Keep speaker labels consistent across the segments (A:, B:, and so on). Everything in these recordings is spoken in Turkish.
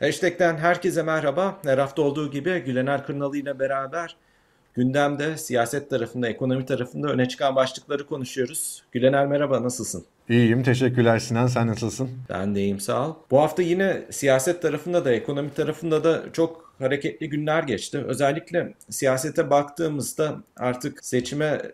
A: Hashtag'ten herkese merhaba. Her hafta olduğu gibi Gülener Kırnalı ile beraber gündemde siyaset tarafında, ekonomi tarafında öne çıkan başlıkları konuşuyoruz. Gülener merhaba, nasılsın?
B: İyiyim, teşekkürler Sinan. Sen nasılsın?
A: Ben de iyiyim, sağ ol. Bu hafta yine siyaset tarafında da, ekonomi tarafında da çok hareketli günler geçti. Özellikle siyasete baktığımızda artık seçime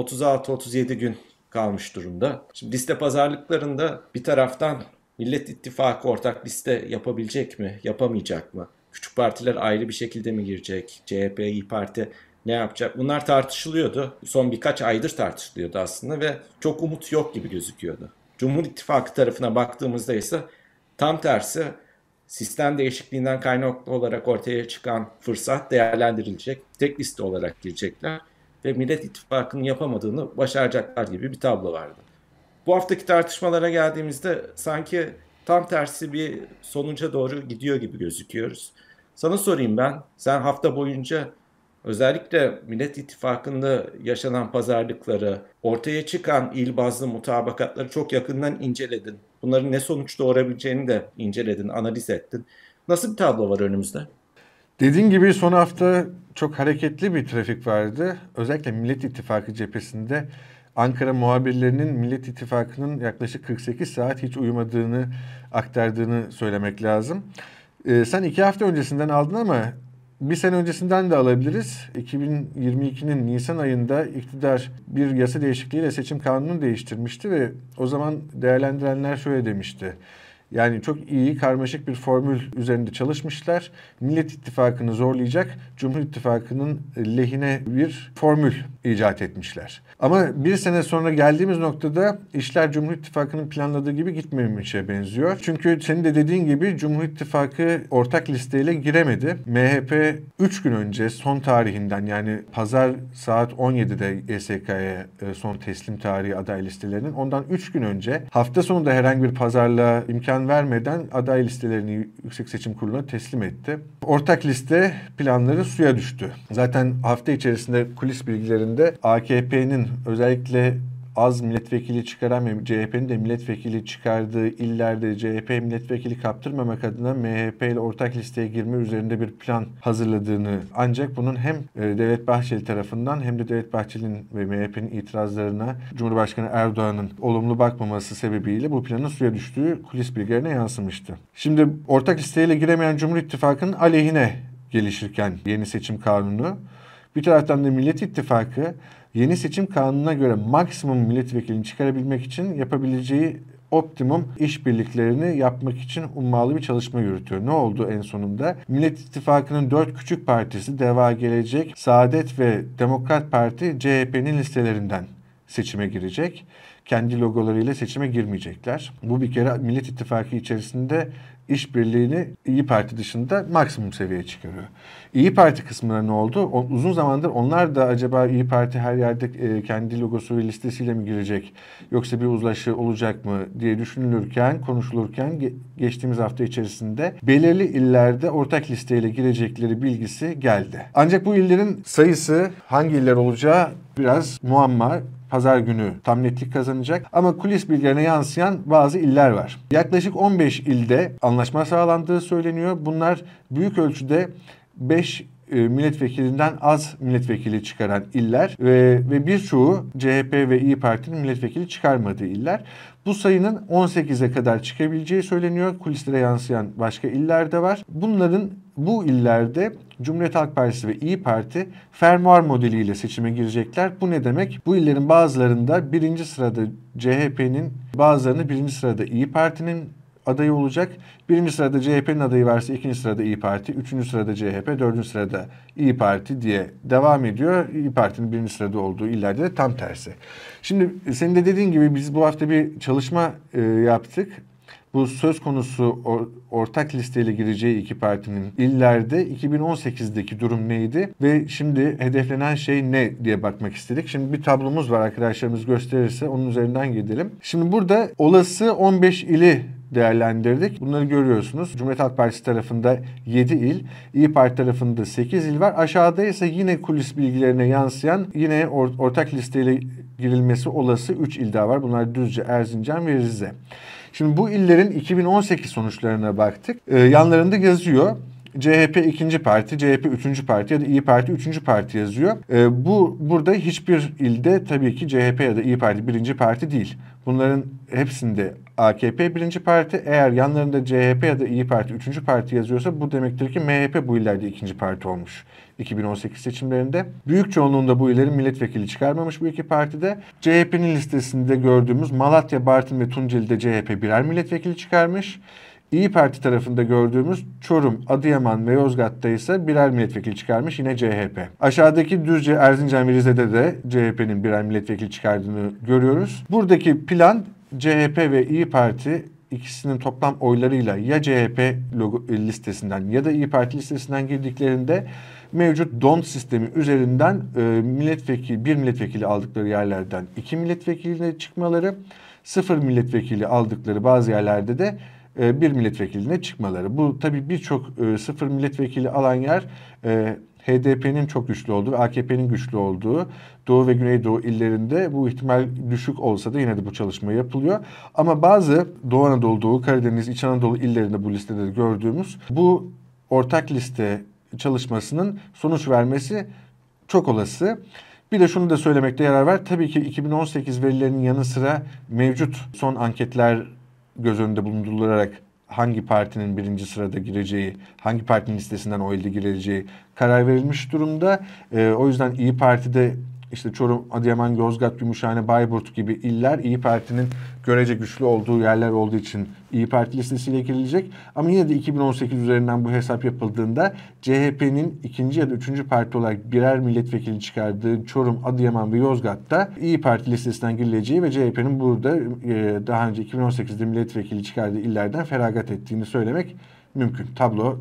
A: 36-37 gün kalmış durumda. Şimdi liste pazarlıklarında bir taraftan Millet İttifakı ortak liste yapabilecek mi, yapamayacak mı? Küçük partiler ayrı bir şekilde mi girecek? CHP, İYİ Parti ne yapacak? Bunlar tartışılıyordu. Son birkaç aydır tartışılıyordu aslında ve çok umut yok gibi gözüküyordu. Cumhur İttifakı tarafına baktığımızda ise tam tersi, sistem değişikliğinden kaynaklı olarak ortaya çıkan fırsat değerlendirilecek. Tek liste olarak girecekler ve Millet İttifakı'nın yapamadığını başaracaklar gibi bir tablo vardı. Bu haftaki tartışmalara geldiğimizde sanki tam tersi bir sonuca doğru gidiyor gibi gözüküyoruz. Sana sorayım ben. Sen hafta boyunca özellikle Millet İttifakı'nda yaşanan pazarlıkları, ortaya çıkan il bazlı mutabakatları çok yakından inceledin. Bunların ne sonuç doğurabileceğini de inceledin, analiz ettin. Nasıl bir tablo var önümüzde?
B: Dediğin gibi son hafta çok hareketli bir trafik vardı. Özellikle Millet İttifakı cephesinde Ankara muhabirlerinin Millet İttifakı'nın yaklaşık 48 saat hiç uyumadığını aktardığını söylemek lazım. Sen 2 hafta öncesinden aldın ama bir sene öncesinden de alabiliriz. 2022'nin Nisan ayında iktidar bir yasa değişikliğiyle seçim kanununu değiştirmişti ve o zaman değerlendirenler şöyle demişti. Yani çok iyi, karmaşık bir formül üzerinde çalışmışlar. Millet İttifakı'nı zorlayacak, Cumhur İttifakı'nın lehine bir formül icat etmişler. Ama bir sene sonra geldiğimiz noktada işler Cumhur İttifakı'nın planladığı gibi gitmemişe benziyor. Çünkü senin de dediğin gibi Cumhur İttifakı ortak listeyle giremedi. MHP 3 gün önce son tarihinden, yani pazar saat 17'de YSK'ya son teslim tarihi aday listelerinin, ondan 3 gün önce hafta sonu da herhangi bir pazarlığa imkan vermeden aday listelerini Yüksek Seçim Kurulu'na teslim etti. Ortak liste planları suya düştü. Zaten hafta içerisinde kulis bilgilerinde AKP'nin özellikle az milletvekili çıkaran ve CHP'nin de milletvekili çıkardığı illerde CHP milletvekili kaptırmamak adına MHP ile ortak listeye girme üzerinde bir plan hazırladığını, ancak bunun hem Devlet Bahçeli tarafından hem de Devlet Bahçeli'nin ve MHP'nin itirazlarına Cumhurbaşkanı Erdoğan'ın olumlu bakmaması sebebiyle bu planın suya düştüğü kulis bilgilerine yansımıştı. Şimdi ortak listeyle giremeyen Cumhur İttifakı'nın aleyhine gelişirken yeni seçim kanunu, bir taraftan da Millet İttifakı yeni seçim kanununa göre maksimum milletvekilini çıkarabilmek için yapabileceği optimum işbirliklerini yapmak için ummalı bir çalışma yürütüyor. Ne oldu en sonunda? Millet İttifakı'nın 4 küçük partisi Deva, Gelecek, Saadet ve Demokrat Parti CHP'nin listelerinden seçime girecek. Kendi logolarıyla seçime girmeyecekler. Bu bir kere Millet İttifakı içerisinde işbirliğini İyi Parti dışında maksimum seviyeye çıkarıyor. İyi Parti kısmına ne oldu? Uzun zamandır onlar da acaba İyi Parti her yerde kendi logosu ve listesiyle mi girecek, yoksa bir uzlaşı olacak mı diye düşünülürken, konuşulurken geçtiğimiz hafta içerisinde belirli illerde ortak listeyle girecekleri bilgisi geldi. Ancak bu illerin sayısı, hangi iller olacağı biraz muamma. Pazar günü tam netlik kazanacak. Ama kulis bilgilerine yansıyan bazı iller var. Yaklaşık 15 ilde anlaşma sağlandığı söyleniyor. Bunlar büyük ölçüde 5 milletvekilinden az milletvekili çıkaran iller ve birçoğu CHP ve İyi Parti'nin milletvekili çıkarmadığı iller. Bu sayının 18'e kadar çıkabileceği söyleniyor. Kulislere yansıyan başka iller de var. Bu illerde Cumhuriyet Halk Partisi ve İyi Parti fermuar modeliyle seçime girecekler. Bu ne demek? Bu illerin bazılarında birinci sırada CHP'nin, bazılarında birinci sırada İyi Parti'nin adayı olacak. Birinci sırada CHP'nin adayı varsa ikinci sırada İyi Parti, üçüncü sırada CHP, dördüncü sırada İyi Parti diye devam ediyor. İyi Parti'nin birinci sırada olduğu illerde de tam tersi. Şimdi senin de dediğin gibi biz bu hafta bir çalışma yaptık. Bu söz konusu ortak listeyle gireceği iki partinin illerde 2018'deki durum neydi ve şimdi hedeflenen şey ne diye bakmak istedik. Şimdi bir tablomuz var, arkadaşlarımız gösterirse onun üzerinden gidelim. Şimdi burada olası 15 ili değerlendirdik. Bunları görüyorsunuz. Cumhuriyet Halk Partisi tarafında 7 il, İyi Parti tarafında 8 il var. Aşağıda ise yine kulis bilgilerine yansıyan, yine ortak listeyle girilmesi olası 3 il daha var. Bunlar Düzce, Erzincan ve Rize. Şimdi bu illerin 2018 sonuçlarına baktık. Yanlarında yazıyor. CHP ikinci parti, CHP üçüncü parti ya da İyi Parti üçüncü parti yazıyor. Burada hiçbir ilde tabii ki CHP ya da İyi Parti birinci parti değil. Bunların hepsinde AKP birinci parti. Eğer yanlarında CHP ya da İyi Parti üçüncü parti yazıyorsa bu demektir ki MHP bu illerde ikinci parti olmuş 2018 seçimlerinde. Büyük çoğunluğunda bu illerin milletvekili çıkarmamış bu iki partide. CHP'nin listesinde gördüğümüz Malatya, Bartın ve Tunceli'de CHP birer milletvekili çıkarmış. İyi Parti tarafında gördüğümüz Çorum, Adıyaman ve Yozgat'ta ise birer milletvekili çıkarmış yine CHP. Aşağıdaki Düzce, Erzincan ve Rize'de de CHP'nin birer milletvekili çıkardığını görüyoruz. Buradaki plan CHP ve İyi Parti ikisinin toplam oylarıyla ya CHP listesinden ya da İyi Parti listesinden girdiklerinde mevcut DON sistemi üzerinden bir milletvekili aldıkları yerlerden 2 milletvekiline çıkmaları, 0 milletvekili aldıkları bazı yerlerde de bir milletvekiline çıkmaları. Bu tabii birçok 0 milletvekili alan yer HDP'nin çok güçlü olduğu, AKP'nin güçlü olduğu Doğu ve Güneydoğu illerinde bu ihtimal düşük olsa da yine de bu çalışma yapılıyor. Ama bazı Doğu Anadolu, Doğu Karadeniz, İç Anadolu illerinde bu listede gördüğümüz bu ortak liste çalışmasının sonuç vermesi çok olası. Bir de şunu da söylemekte yarar var. Tabii ki 2018 verilerinin yanı sıra mevcut son anketler göz önünde bulundurularak hangi partinin birinci sırada gireceği, hangi partinin listesinden o elde gireceği karar verilmiş durumda. O yüzden İyi Parti'de işte Çorum, Adıyaman, Yozgat, Gümüşhane, Bayburt gibi iller İyi Parti'nin görece güçlü olduğu yerler olduğu için İyi Parti listesiyle girilecek. Ama yine de 2018 üzerinden bu hesap yapıldığında CHP'nin ikinci ya da üçüncü parti olarak birer milletvekili çıkardığı Çorum, Adıyaman ve Yozgat'ta İyi Parti listesinden girileceği ve CHP'nin burada daha önce 2018'de milletvekili çıkardığı illerden feragat ettiğini söylemek mümkün. Tablo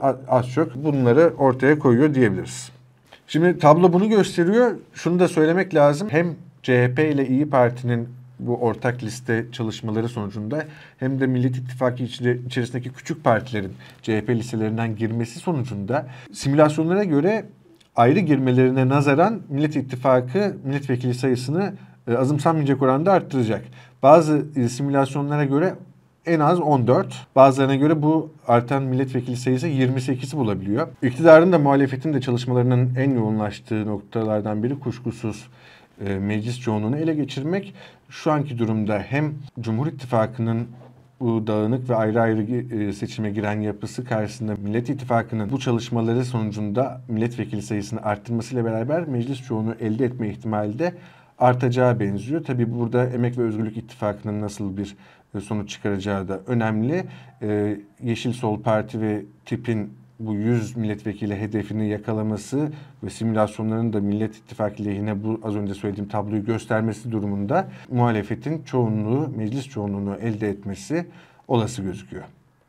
B: az çok bunları ortaya koyuyor diyebiliriz. Şimdi tablo bunu gösteriyor. Şunu da söylemek lazım. Hem CHP ile İyi Parti'nin bu ortak liste çalışmaları sonucunda hem de Millet İttifakı içerisindeki küçük partilerin CHP listelerinden girmesi sonucunda simülasyonlara göre ayrı girmelerine nazaran Millet İttifakı milletvekili sayısını azımsanmayacak oranda arttıracak. Bazı simülasyonlara göre en az 14. Bazılarına göre bu artan milletvekili sayısı 28'i bulabiliyor. İktidarın da muhalefetin de çalışmalarının en yoğunlaştığı noktalardan biri kuşkusuz meclis çoğunluğunu ele geçirmek. Şu anki durumda hem Cumhur İttifakı'nın bu dağınık ve ayrı ayrı seçime giren yapısı karşısında Millet İttifakı'nın bu çalışmaları sonucunda milletvekili sayısını arttırmasıyla beraber meclis çoğunluğu elde etme ihtimali de artacağı benziyor. Tabii burada Emek ve Özgürlük İttifakı'nın nasıl bir sonuç çıkaracağı da önemli. Yeşil Sol Parti ve TİP'in bu 100 milletvekili hedefini yakalaması ve simülasyonların da Millet İttifakı lehine bu az önce söylediğim tabloyu göstermesi durumunda muhalefetin çoğunluğu, meclis çoğunluğunu elde etmesi olası gözüküyor.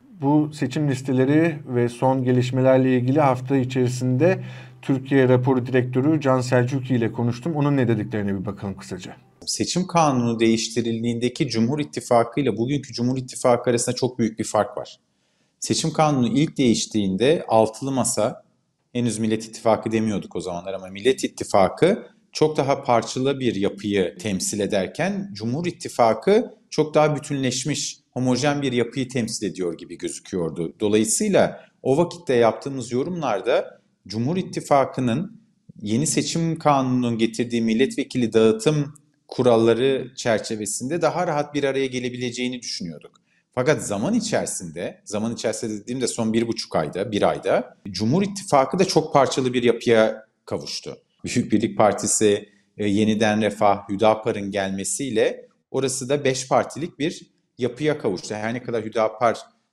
B: Bu seçim listeleri ve son gelişmelerle ilgili hafta içerisinde Türkiye Raporu Direktörü Can Selçuklu ile konuştum. Onun ne dediklerine bir bakalım kısaca.
C: Seçim kanunu değiştirildiğindeki Cumhur İttifakı ile bugünkü Cumhur İttifakı arasında çok büyük bir fark var. Seçim kanunu ilk değiştiğinde altılı masa, henüz Millet İttifakı demiyorduk o zamanlar ama Millet İttifakı çok daha parçalı bir yapıyı temsil ederken Cumhur İttifakı çok daha bütünleşmiş, homojen bir yapıyı temsil ediyor gibi gözüküyordu. Dolayısıyla o vakitte yaptığımız yorumlarda Cumhur İttifakı'nın yeni seçim kanununun getirdiği milletvekili dağıtım kuralları çerçevesinde daha rahat bir araya gelebileceğini düşünüyorduk. Fakat zaman içerisinde dediğimde son 1,5 ayda, 1 ayda Cumhur İttifakı da çok parçalı bir yapıya kavuştu. Büyük Birlik Partisi, Yeniden Refah, Hüdapar'ın gelmesiyle orası da 5 partilik bir yapıya kavuştu. Her ne kadar Hüdapar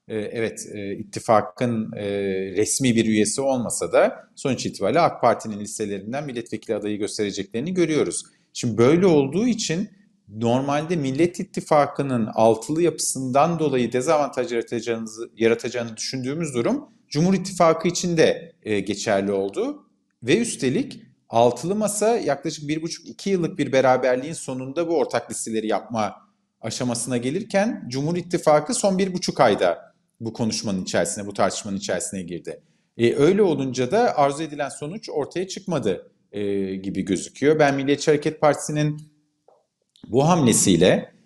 C: ittifakın resmi bir üyesi olmasa da sonuç itibariyle AK Parti'nin listelerinden milletvekili adayı göstereceklerini görüyoruz. Şimdi böyle olduğu için normalde Millet İttifakı'nın altılı yapısından dolayı dezavantaj yaratacağını düşündüğümüz durum Cumhur İttifakı için de geçerli oldu. Ve üstelik altılı masa yaklaşık 1,5-2 yıllık bir beraberliğin sonunda bu ortak listeleri yapma aşamasına gelirken Cumhur İttifakı son 1,5 ayda bu konuşmanın içerisine, bu tartışmanın içerisine girdi. Öyle olunca da arzu edilen sonuç ortaya çıkmadı gibi gözüküyor. Ben Milliyetçi Hareket Partisi'nin bu hamlesiyle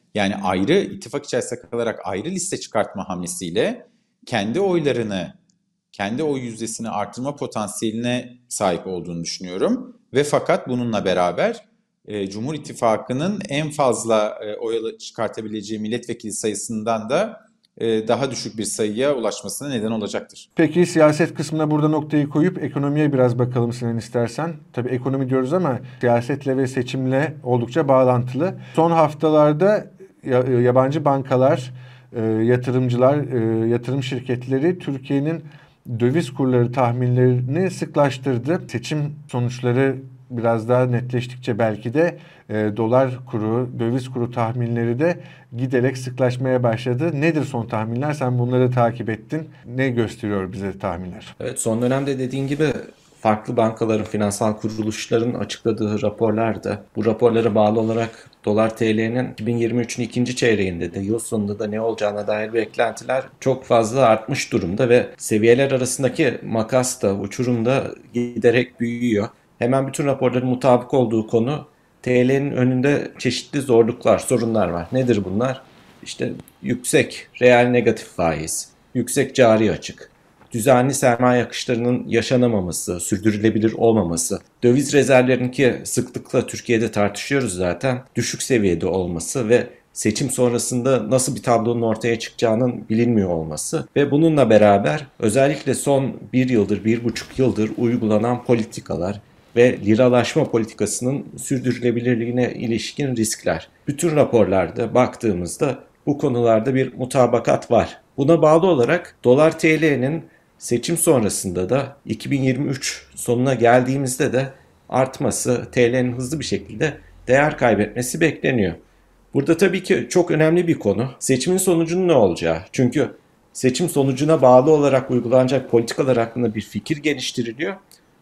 C: Yani ayrı ittifak içerisinde kalarak ayrı liste çıkartma hamlesiyle kendi oylarını, kendi oy yüzdesini artırma potansiyeline sahip olduğunu düşünüyorum. Ve fakat bununla beraber Cumhur İttifakı'nın en fazla oy çıkartabileceği milletvekili sayısından da daha düşük bir sayıya ulaşmasına neden olacaktır.
B: Peki siyaset kısmına burada noktayı koyup ekonomiye biraz bakalım Sinan istersen. Tabii ekonomi diyoruz ama siyasetle ve seçimle oldukça bağlantılı. Son haftalarda yabancı bankalar, yatırımcılar, yatırım şirketleri Türkiye'nin döviz kurları tahminlerini sıklaştırdı. Seçim sonuçları biraz daha netleştikçe belki de dolar kuru, döviz kuru tahminleri de giderek sıklaşmaya başladı. Nedir son tahminler? Sen bunları takip ettin. Ne gösteriyor bize tahminler?
A: Evet, son dönemde dediğin gibi farklı bankaların, finansal kuruluşların açıkladığı raporlarda bu raporlara bağlı olarak dolar TL'nin 2023'ün ikinci çeyreğinde de yıl sonunda da ne olacağına dair beklentiler çok fazla artmış durumda ve seviyeler arasındaki makas da, uçurum da giderek büyüyor. Hemen bütün raporların mutabık olduğu konu TL'nin önünde çeşitli zorluklar, sorunlar var. Nedir bunlar? İşte yüksek reel negatif faiz, yüksek cari açık, düzenli sermaye akışlarının yaşanamaması, sürdürülebilir olmaması, döviz rezervlerinin ki sıklıkla Türkiye'de tartışıyoruz zaten, düşük seviyede olması ve seçim sonrasında nasıl bir tablonun ortaya çıkacağının bilinmiyor olması ve bununla beraber özellikle son bir yıldır, 1,5 yıldır uygulanan politikalar ve liralaşma politikasının sürdürülebilirliğine ilişkin riskler. Bütün raporlarda baktığımızda bu konularda bir mutabakat var. Buna bağlı olarak dolar TL'nin seçim sonrasında da 2023 sonuna geldiğimizde de artması, TL'nin hızlı bir şekilde değer kaybetmesi bekleniyor. Burada tabii ki çok önemli bir konu. Seçimin sonucunun ne olacağı. Çünkü seçim sonucuna bağlı olarak uygulanacak politikalar hakkında bir fikir geliştiriliyor.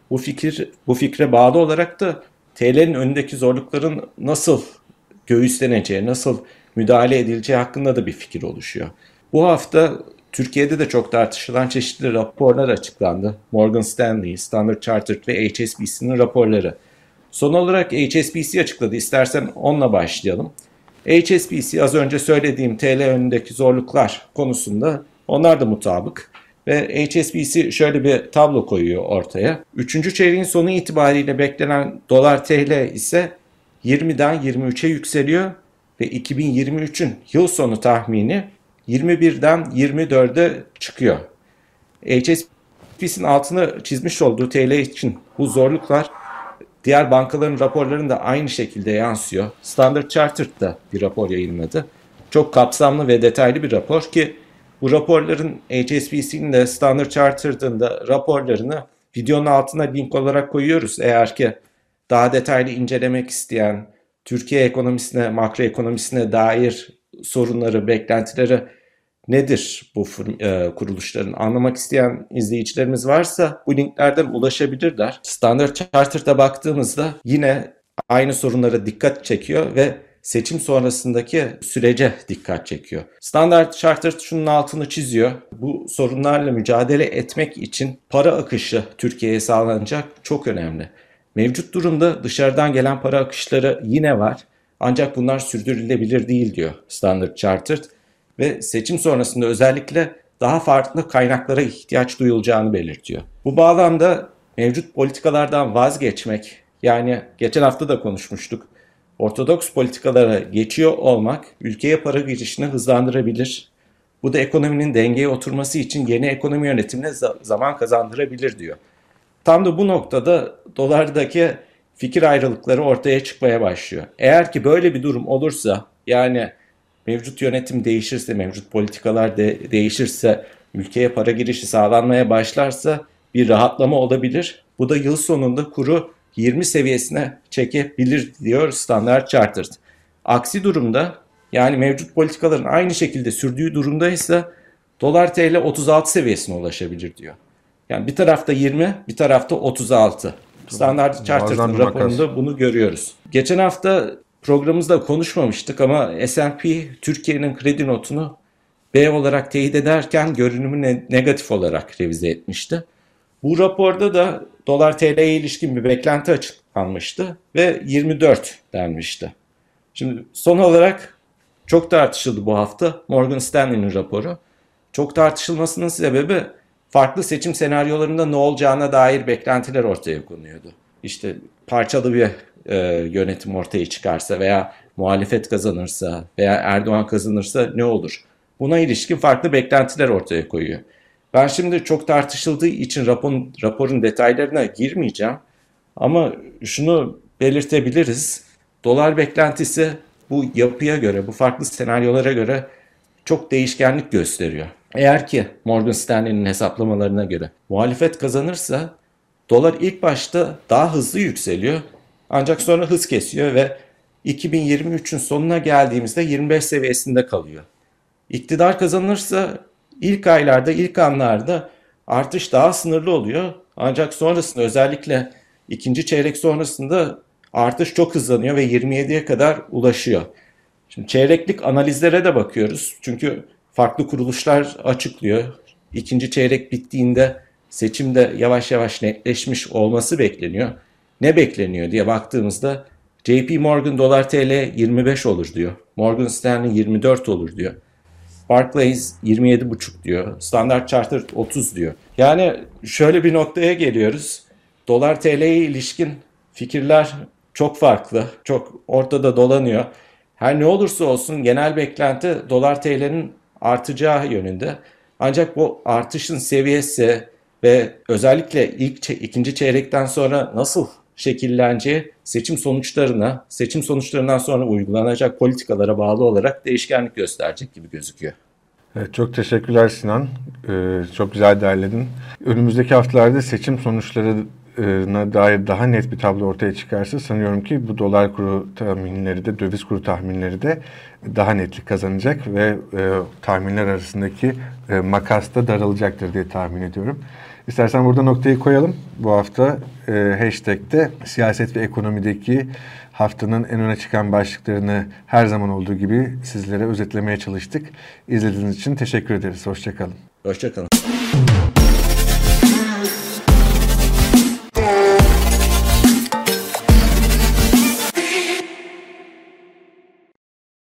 A: Bu fikre bağlı olarak da TL'nin önündeki zorlukların nasıl göğüsleneceği, nasıl müdahale edileceği hakkında da bir fikir oluşuyor. Bu hafta Türkiye'de de çok tartışılan çeşitli raporlar açıklandı. Morgan Stanley, Standard Chartered ve HSBC'nin raporları. Son olarak HSBC açıkladı. İstersen onunla başlayalım. HSBC az önce söylediğim TL önündeki zorluklar konusunda onlar da mutabık. Ve HSBC şöyle bir tablo koyuyor ortaya. Üçüncü çeyreğin sonu itibariyle beklenen dolar TL ise 20'den 23'e yükseliyor ve 2023'ün yıl sonu tahmini 21'den 24'e çıkıyor. HSBC'nin altını çizmiş olduğu TL için bu zorluklar diğer bankaların raporlarında aynı şekilde yansıyor. Standard Chartered da bir rapor yayınladı. Çok kapsamlı ve detaylı bir rapor ki bu raporların HSBC'nin de Standard Chartered'ın da raporlarını videonun altına link olarak koyuyoruz. Eğer ki daha detaylı incelemek isteyen, Türkiye ekonomisine, makro ekonomisine dair sorunları, beklentileri nedir bu kuruluşların anlamak isteyen izleyicilerimiz varsa bu linklerden ulaşabilirler. Standard Chartered'a baktığımızda yine aynı sorunlara dikkat çekiyor ve seçim sonrasındaki sürece dikkat çekiyor. Standard Chartered şunun altını çiziyor. Bu sorunlarla mücadele etmek için para akışı Türkiye'ye sağlanacak çok önemli. Mevcut durumda dışarıdan gelen para akışları yine var. Ancak bunlar sürdürülebilir değil diyor Standard Chartered. Ve seçim sonrasında özellikle daha farklı kaynaklara ihtiyaç duyulacağını belirtiyor. Bu bağlamda mevcut politikalardan vazgeçmek, yani geçen hafta da konuşmuştuk, ortodoks politikalara geçiyor olmak ülkeye para girişini hızlandırabilir. Bu da ekonominin dengeye oturması için yeni ekonomi yönetimine zaman kazandırabilir diyor. Tam da bu noktada dolardaki fikir ayrılıkları ortaya çıkmaya başlıyor. Eğer ki böyle bir durum olursa, yani mevcut yönetim değişirse, mevcut politikalar değişirse, ülkeye para girişi sağlanmaya başlarsa bir rahatlama olabilir. Bu da yıl sonunda kuru 20 seviyesine çekebilir diyor Standard Chartered. Aksi durumda, yani mevcut politikaların aynı şekilde sürdüğü durumdaysa dolar TL 36 seviyesine ulaşabilir diyor. Yani bir tarafta 20, bir tarafta 36. Standard Chartered'ın raporunda bunu görüyoruz. Geçen hafta programımızda konuşmamıştık ama S&P Türkiye'nin kredi notunu B olarak teyit ederken görünümü negatif olarak revize etmişti. Bu raporda da dolar TL'ye ilişkin bir beklenti açıklanmıştı ve 24 denmişti. Şimdi son olarak çok tartışıldı bu hafta Morgan Stanley'nin raporu. Çok tartışılmasının sebebi farklı seçim senaryolarında ne olacağına dair beklentiler ortaya konuyordu. İşte parçalı bir yönetim ortaya çıkarsa veya muhalefet kazanırsa veya Erdoğan kazanırsa ne olur? Buna ilişkin farklı beklentiler ortaya koyuyor. Ben şimdi çok tartışıldığı için raporun detaylarına girmeyeceğim. Ama şunu belirtebiliriz. Dolar beklentisi bu yapıya göre, bu farklı senaryolara göre çok değişkenlik gösteriyor. Eğer ki Morgan Stanley'nin hesaplamalarına göre muhalefet kazanırsa dolar ilk başta daha hızlı yükseliyor. Ancak sonra hız kesiyor ve 2023'ün sonuna geldiğimizde 25 seviyesinde kalıyor. İktidar kazanırsa ilk aylarda, ilk anlarda artış daha sınırlı oluyor. Ancak sonrasında özellikle ikinci çeyrek sonrasında artış çok hızlanıyor ve 27'ye kadar ulaşıyor. Şimdi çeyreklik analizlere de bakıyoruz. Çünkü farklı kuruluşlar açıklıyor. İkinci çeyrek bittiğinde seçimde yavaş yavaş netleşmiş olması bekleniyor. Ne bekleniyor diye baktığımızda JP Morgan dolar TL 25 olur diyor. Morgan Stanley 24 olur diyor. Barclays 27,5 diyor. Standard Chartered 30 diyor. Yani şöyle bir noktaya geliyoruz. Dolar TL'ye ilişkin fikirler çok farklı. Çok ortada dolanıyor. Her ne olursa olsun genel beklenti dolar TL'nin artacağı yönünde. Ancak bu artışın seviyesi ve özellikle ikinci çeyrekten sonra nasıl şekilleneceği seçim sonuçlarından sonra uygulanacak politikalara bağlı olarak değişkenlik gösterecek gibi gözüküyor.
B: Evet, çok teşekkürler Sinan. Çok güzel derledin. Önümüzdeki haftalarda seçim sonuçlarına dair daha net bir tablo ortaya çıkarsa sanıyorum ki bu dolar kuru tahminleri de döviz kuru tahminleri de daha netlik kazanacak ve tahminler arasındaki makas da daralacaktır diye tahmin ediyorum. İstersen burada noktayı koyalım. Bu hafta hashtag'te siyaset ve ekonomideki haftanın en öne çıkan başlıklarını her zaman olduğu gibi sizlere özetlemeye çalıştık. İzlediğiniz için teşekkür ederiz. Hoşça kalın.
A: Hoşça kalın.